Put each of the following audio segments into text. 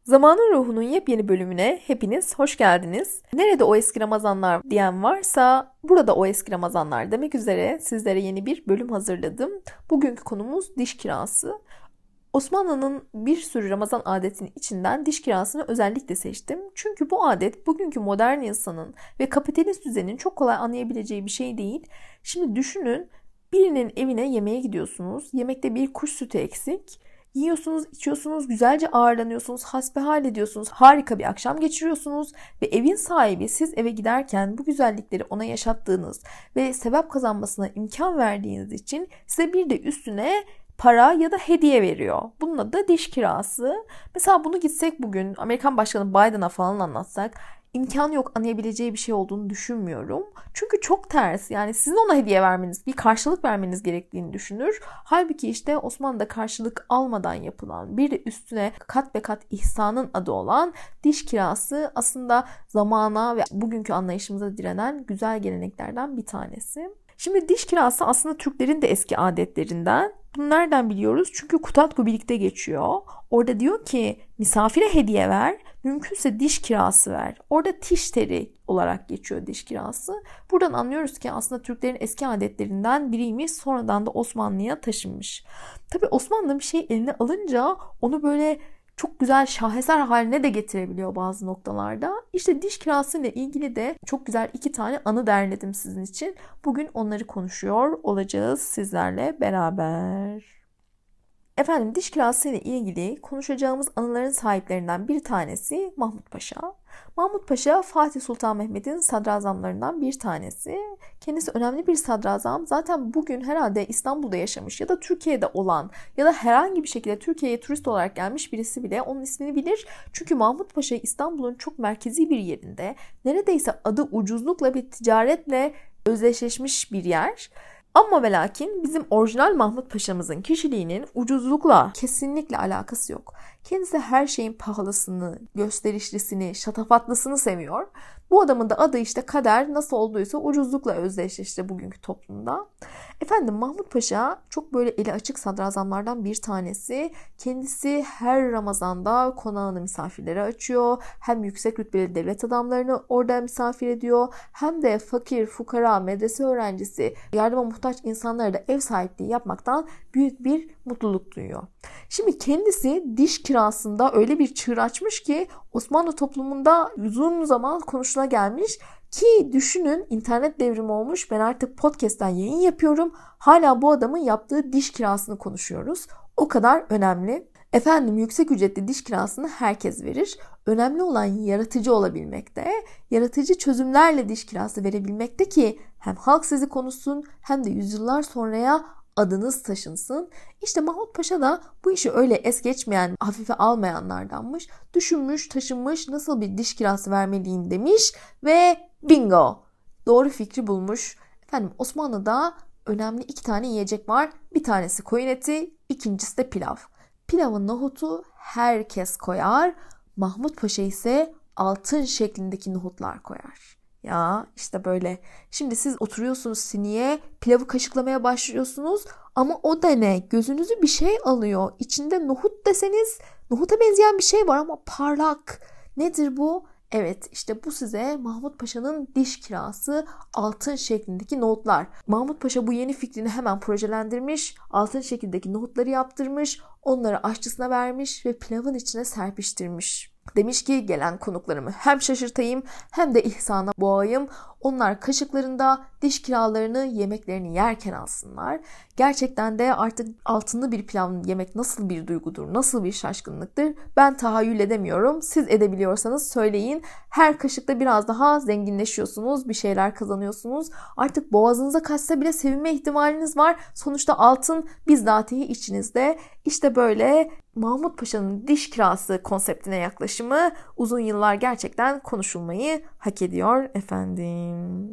Zamanın Ruhu'nun yepyeni bölümüne hepiniz hoş geldiniz. Nerede o eski Ramazanlar diyen varsa burada o eski Ramazanlar demek üzere sizlere yeni bir bölüm hazırladım. Bugünkü konumuz diş kirası. Osmanlı'nın bir sürü Ramazan adetinin içinden diş kirasını özellikle seçtim. Çünkü bu adet bugünkü modern insanın ve kapitalist düzenin çok kolay anlayabileceği bir şey değil. Şimdi düşünün, birinin evine yemeğe gidiyorsunuz. Yemekte bir kuş sütü eksik. Yiyorsunuz, içiyorsunuz, güzelce ağırlanıyorsunuz, hasbihal ediyorsunuz, harika bir akşam geçiriyorsunuz ve evin sahibi siz eve giderken bu güzellikleri ona yaşattığınız ve sevap kazanmasına imkan verdiğiniz için size bir de üstüne para ya da hediye veriyor. Bunun adı da diş kirası. Mesela bunu gitsek bugün Amerikan Başkanı Biden'a falan anlatsak, imkanı yok, anlayabileceği bir şey olduğunu düşünmüyorum. Çünkü çok ters. Yani sizin ona hediye vermeniz, bir karşılık vermeniz gerektiğini düşünür. Halbuki işte Osmanlı'da karşılık almadan yapılan, bir de üstüne kat be kat ihsanın adı olan diş kirası aslında zamana ve bugünkü anlayışımıza direnen güzel geleneklerden bir tanesi. Şimdi diş kirası aslında Türklerin de eski adetlerinden. Bunu nereden biliyoruz? Çünkü Kutatku birlikte geçiyor. Orada diyor ki misafire hediye ver, mümkünse diş kirası ver. Orada tiş teri olarak geçiyor diş kirası. Buradan anlıyoruz ki aslında Türklerin eski adetlerinden biriymiş, sonradan da Osmanlı'ya taşınmış. Tabii Osmanlı bir şey eline alınca onu böyle çok güzel şaheser haline de getirebiliyor bazı noktalarda. İşte diş kirası ile ilgili de çok güzel 2 tane anı derledim sizin için. Bugün onları konuşuyor olacağız sizlerle beraber. Efendim, diş kirası ile ilgili konuşacağımız anıların sahiplerinden bir tanesi Mahmut Paşa. Mahmut Paşa Fatih Sultan Mehmet'in sadrazamlarından bir tanesi. Kendisi önemli bir sadrazam. Zaten bugün herhalde İstanbul'da yaşamış ya da Türkiye'de olan ya da herhangi bir şekilde Türkiye'ye turist olarak gelmiş birisi bile onun ismini bilir. Çünkü Mahmut Paşa İstanbul'un çok merkezi bir yerinde, neredeyse adı ucuzlukla ve ticaretle özdeşleşmiş bir yer. Ama ve lakin bizim orijinal Mahmut Paşa'mızın kişiliğinin ucuzlukla kesinlikle alakası yok. Kendisi her şeyin pahalısını, gösterişlisini, şatafatlısını seviyor. Bu adamın da adı işte kader, nasıl olduysa ucuzlukla özdeşleşti bugünkü toplumda. Efendim, Mahmut Paşa çok böyle eli açık sadrazamlardan bir tanesi. Kendisi her Ramazan'da konağını misafirlere açıyor. Hem yüksek rütbeli devlet adamlarını orada misafir ediyor. Hem de fakir, fukara, medrese öğrencisi, yardıma muhtaç insanlara da ev sahipliği yapmaktan büyük bir mutluluk duyuyor. Şimdi kendisi diş kirasında öyle bir çığır açmış ki Osmanlı toplumunda uzun zaman konuşula gelmiş. Ki düşünün, internet devrimi olmuş. Ben artık podcast'ten yayın yapıyorum. Hala bu adamın yaptığı diş kirasını konuşuyoruz. O kadar önemli. Efendim, yüksek ücretli diş kirasını herkes verir. Önemli olan yaratıcı olabilmekte. Yaratıcı çözümlerle diş kirası verebilmekte ki hem halk sizi konuşsun hem de yüzyıllar sonraya adınız taşınsın. İşte Mahmut Paşa da bu işi öyle es geçmeyen, hafife almayanlardanmış. Düşünmüş, taşınmış, nasıl bir diş kirası vermeliyim demiş ve bingo! Doğru fikri bulmuş. Efendim, Osmanlı'da önemli 2 tane yiyecek var. Bir tanesi koyun eti, ikincisi de pilav. Pilavın nohutu herkes koyar. Mahmut Paşa ise altın şeklindeki nohutlar koyar. Ya işte böyle. Şimdi siz oturuyorsunuz siniye, pilavı kaşıklamaya başlıyorsunuz ama o da ne? Gözünüzü bir şey alıyor. İçinde nohut deseniz nohuta benzeyen bir şey var ama parlak. Nedir bu? Evet, işte bu size Mahmut Paşa'nın diş kirası, altın şeklindeki nohutlar. Mahmut Paşa bu yeni fikrini hemen projelendirmiş, altın şeklindeki nohutları yaptırmış, onları aşçısına vermiş ve pilavın içine serpiştirmiş. Demiş ki gelen konuklarımı hem şaşırtayım hem de ihsana boğayım. Onlar kaşıklarında diş kiralarını, yemeklerini yerken alsınlar. Gerçekten de artık altınlı bir pilav yemek nasıl bir duygudur, nasıl bir şaşkınlıktır ben tahayyül edemiyorum. Siz edebiliyorsanız söyleyin. Her kaşıkta biraz daha zenginleşiyorsunuz, bir şeyler kazanıyorsunuz. Artık boğazınıza kaçsa bile sevinme ihtimaliniz var. Sonuçta altın bizzatihi içinizde. İşte böyle Mahmut Paşa'nın diş kirası konseptine yaklaşımı uzun yıllar gerçekten konuşulmayı hak ediyor efendim.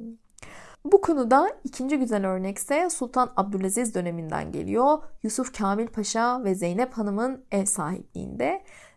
Bu konuda ikinci güzel örnekse Sultan Abdülaziz döneminden geliyor. Yusuf Kamil Paşa ve Zeynep Hanım'ın ev sahipliğinde.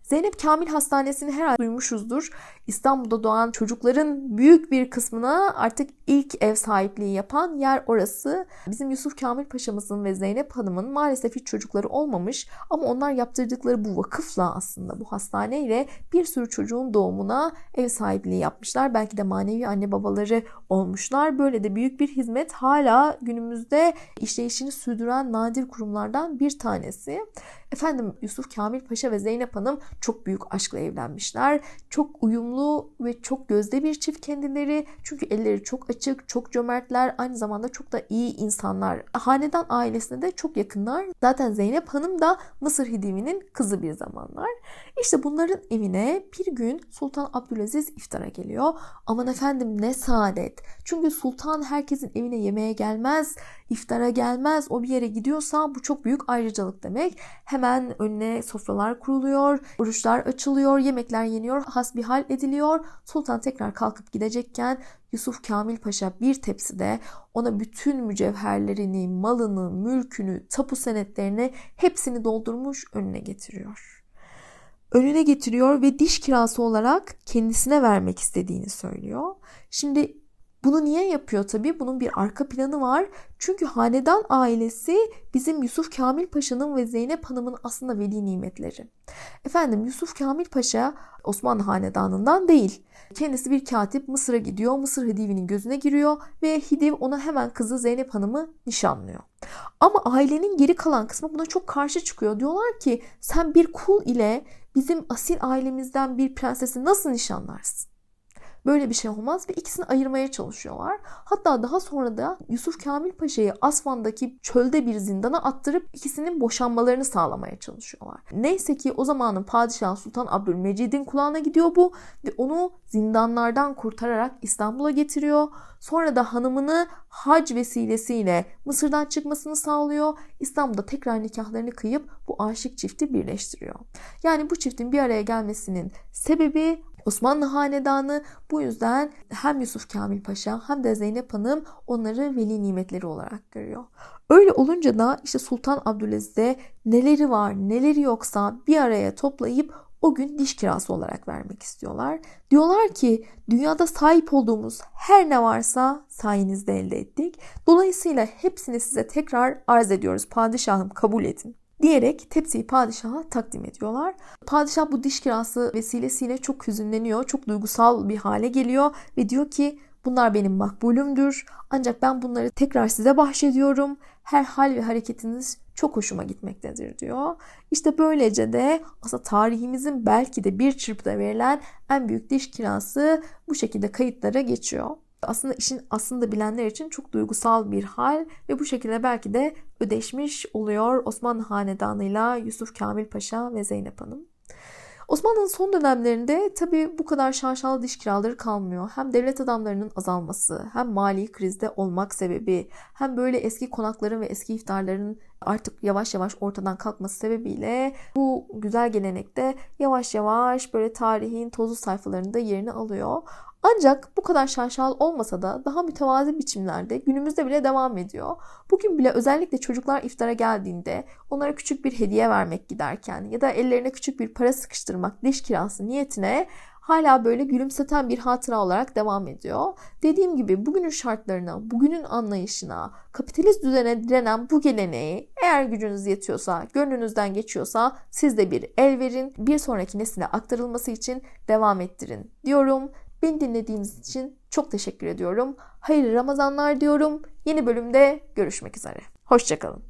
Zeynep Kamil Hastanesi'ni herhalde duymuşuzdur. İstanbul'da doğan çocukların büyük bir kısmına artık ilk ev sahipliği yapan yer orası. Bizim Yusuf Kamil Paşa'mızın ve Zeynep Hanım'ın maalesef hiç çocukları olmamış ama onlar yaptırdıkları bu vakıfla, aslında bu hastaneyle bir sürü çocuğun doğumuna ev sahipliği yapmışlar. Belki de manevi anne babaları olmuşlar. Böyle de büyük bir hizmet, hala günümüzde işleyişini sürdüren nadir kurumlardan bir tanesi. Efendim, Yusuf Kamil Paşa ve Zeynep Hanım çok büyük aşkla evlenmişler. Çok uyumlu ve çok gözde bir çift kendileri. Çünkü elleri çok açık, çok cömertler. Aynı zamanda çok da iyi insanlar. Hanedan ailesine de çok yakınlar. Zaten Zeynep Hanım da Mısır Hidivi'nin kızı bir zamanlar. İşte bunların evine bir gün Sultan Abdülaziz iftara geliyor. Aman efendim, ne saadet. Çünkü sultan herkesin evine yemeğe gelmez, iftara gelmez. O bir yere gidiyorsa bu çok büyük ayrıcalık demek. Hemen önüne sofralar kuruluyor, oruçlar açılıyor, yemekler yeniyor, hasbihal ediliyor. Sultan tekrar kalkıp gidecekken Yusuf Kamil Paşa bir tepside ona bütün mücevherlerini, malını, mülkünü, tapu senetlerini hepsini doldurmuş önüne getiriyor. Önüne getiriyor ve diş kirası olarak kendisine vermek istediğini söylüyor. Şimdi bunu niye yapıyor tabii? Bunun bir arka planı var. Çünkü hanedan ailesi bizim Yusuf Kamil Paşa'nın ve Zeynep Hanım'ın aslında veli nimetleri. Efendim, Yusuf Kamil Paşa Osmanlı hanedanından değil. Kendisi bir katip, Mısır'a gidiyor. Mısır Hidivi'nin gözüne giriyor ve Hidiv ona hemen kızı Zeynep Hanım'ı nişanlıyor. Ama ailenin geri kalan kısmı buna çok karşı çıkıyor. Diyorlar ki sen bir kul ile bizim asil ailemizden bir prensesi nasıl nişanlarsın? Böyle bir şey olmaz ve ikisini ayırmaya çalışıyorlar. Hatta daha sonra da Yusuf Kamil Paşa'yı Asvan'daki çölde bir zindana attırıp ikisinin boşanmalarını sağlamaya çalışıyorlar. Neyse ki o zamanın padişahı Sultan Abdülmecid'in kulağına gidiyor bu ve onu zindanlardan kurtararak İstanbul'a getiriyor. Sonra da hanımını hac vesilesiyle Mısır'dan çıkmasını sağlıyor. İstanbul'da tekrar nikahlarını kıyıp bu aşık çifti birleştiriyor. Yani bu çiftin bir araya gelmesinin sebebi Osmanlı hanedanı. Bu yüzden hem Yusuf Kamil Paşa hem de Zeynep Hanım onları veli nimetleri olarak görüyor. Öyle olunca da işte Sultan Abdülaziz'e neleri var neleri yoksa bir araya toplayıp o gün diş kirası olarak vermek istiyorlar. Diyorlar ki dünyada sahip olduğumuz her ne varsa sayenizde elde ettik. Dolayısıyla hepsini size tekrar arz ediyoruz. Padişahım, kabul edin diyerek tepsiyi padişaha takdim ediyorlar. Padişah bu diş kirası vesilesiyle çok hüzünleniyor, çok duygusal bir hale geliyor ve diyor ki bunlar benim makbulümdür. Ancak ben bunları tekrar size bahşediyorum. Her hal ve hareketiniz çok hoşuma gitmektedir diyor. İşte böylece de aslında tarihimizin belki de bir çırpıda verilen en büyük diş kirası bu şekilde kayıtlara geçiyor. Aslında işin aslında bilenler için çok duygusal bir hal ve bu şekilde belki de ödeşmiş oluyor Osmanlı hanedanıyla Yusuf Kamil Paşa ve Zeynep Hanım. Osmanlı'nın son dönemlerinde tabii bu kadar şaşalı diş kiraları kalmıyor. Hem devlet adamlarının azalması, hem mali krizde olmak sebebi, hem böyle eski konakların ve eski iftarların artık yavaş yavaş ortadan kalkması sebebiyle bu güzel gelenekte yavaş yavaş böyle tarihin tozlu sayfalarında yerini alıyor. Ancak bu kadar şaşalı olmasa da daha mütevazi biçimlerde günümüzde bile devam ediyor. Bugün bile özellikle çocuklar iftara geldiğinde onlara küçük bir hediye vermek giderken ya da ellerine küçük bir para sıkıştırmak diş kirası niyetine hala böyle gülümseten bir hatıra olarak devam ediyor. Dediğim gibi bugünün şartlarına, bugünün anlayışına, kapitalist düzene direnen bu geleneği eğer gücünüz yetiyorsa, gönlünüzden geçiyorsa siz de bir el verin, bir sonraki nesile aktarılması için devam ettirin diyorum. Beni dinlediğiniz için çok teşekkür ediyorum. Hayırlı Ramazanlar diyorum. Yeni bölümde görüşmek üzere. Hoşça kalın.